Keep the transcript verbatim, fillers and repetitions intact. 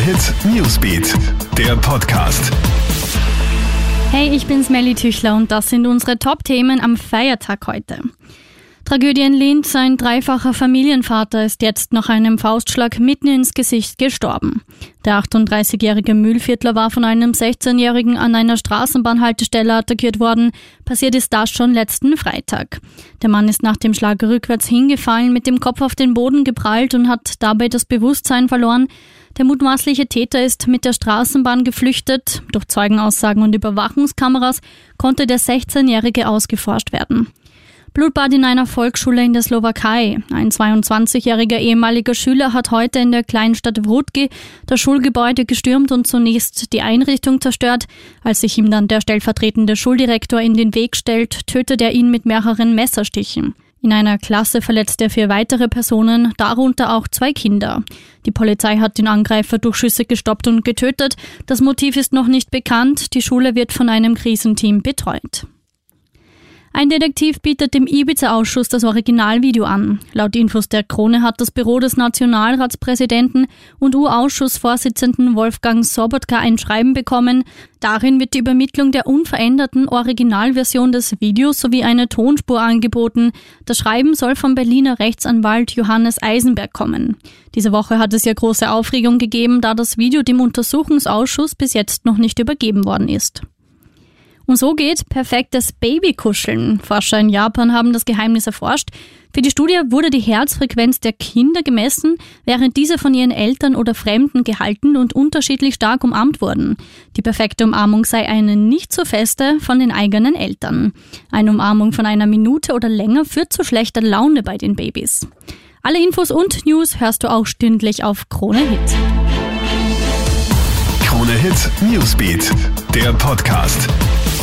Hit Newsbeat, der Podcast. Hey, ich bin's Melly Tüchler und das sind unsere Top-Themen am Feiertag heute. Tragödie in Linz, ein dreifacher Familienvater ist jetzt nach einem Faustschlag mitten ins Gesicht gestorben. Der achtunddreißigjährige Mühlviertler war von einem sechzehnjährigen an einer Straßenbahnhaltestelle attackiert worden. Passiert ist das schon letzten Freitag. Der Mann ist nach dem Schlag rückwärts hingefallen, mit dem Kopf auf den Boden geprallt und hat dabei das Bewusstsein verloren. Der mutmaßliche Täter ist mit der Straßenbahn geflüchtet. Durch Zeugenaussagen und Überwachungskameras konnte der sechzehnjährige ausgeforscht werden. Blutbad in einer Volksschule in der Slowakei. Ein zweiundzwanzigjähriger ehemaliger Schüler hat heute in der Kleinstadt Wrudki das Schulgebäude gestürmt und zunächst die Einrichtung zerstört. Als sich ihm dann der stellvertretende Schuldirektor in den Weg stellt, tötet er ihn mit mehreren Messerstichen. In einer Klasse verletzt er vier weitere Personen, darunter auch zwei Kinder. Die Polizei hat den Angreifer durch Schüsse gestoppt und getötet. Das Motiv ist noch nicht bekannt. Die Schule wird von einem Krisenteam betreut. Ein Detektiv bietet dem Ibiza-Ausschuss das Originalvideo an. Laut Infos der Krone hat das Büro des Nationalratspräsidenten und U-Ausschussvorsitzenden Wolfgang Sobotka ein Schreiben bekommen. Darin wird die Übermittlung der unveränderten Originalversion des Videos sowie eine Tonspur angeboten. Das Schreiben soll vom Berliner Rechtsanwalt Johannes Eisenberg kommen. Diese Woche hat es ja große Aufregung gegeben, da das Video dem Untersuchungsausschuss bis jetzt noch nicht übergeben worden ist. Und so geht perfektes Babykuscheln. Forscher in Japan haben das Geheimnis erforscht. Für die Studie wurde die Herzfrequenz der Kinder gemessen, während diese von ihren Eltern oder Fremden gehalten und unterschiedlich stark umarmt wurden. Die perfekte Umarmung sei eine nicht so feste von den eigenen Eltern. Eine Umarmung von einer Minute oder länger führt zu schlechter Laune bei den Babys. Alle Infos und News hörst du auch stündlich auf Krone Hit. Krone Hit Newsbeat, der Podcast.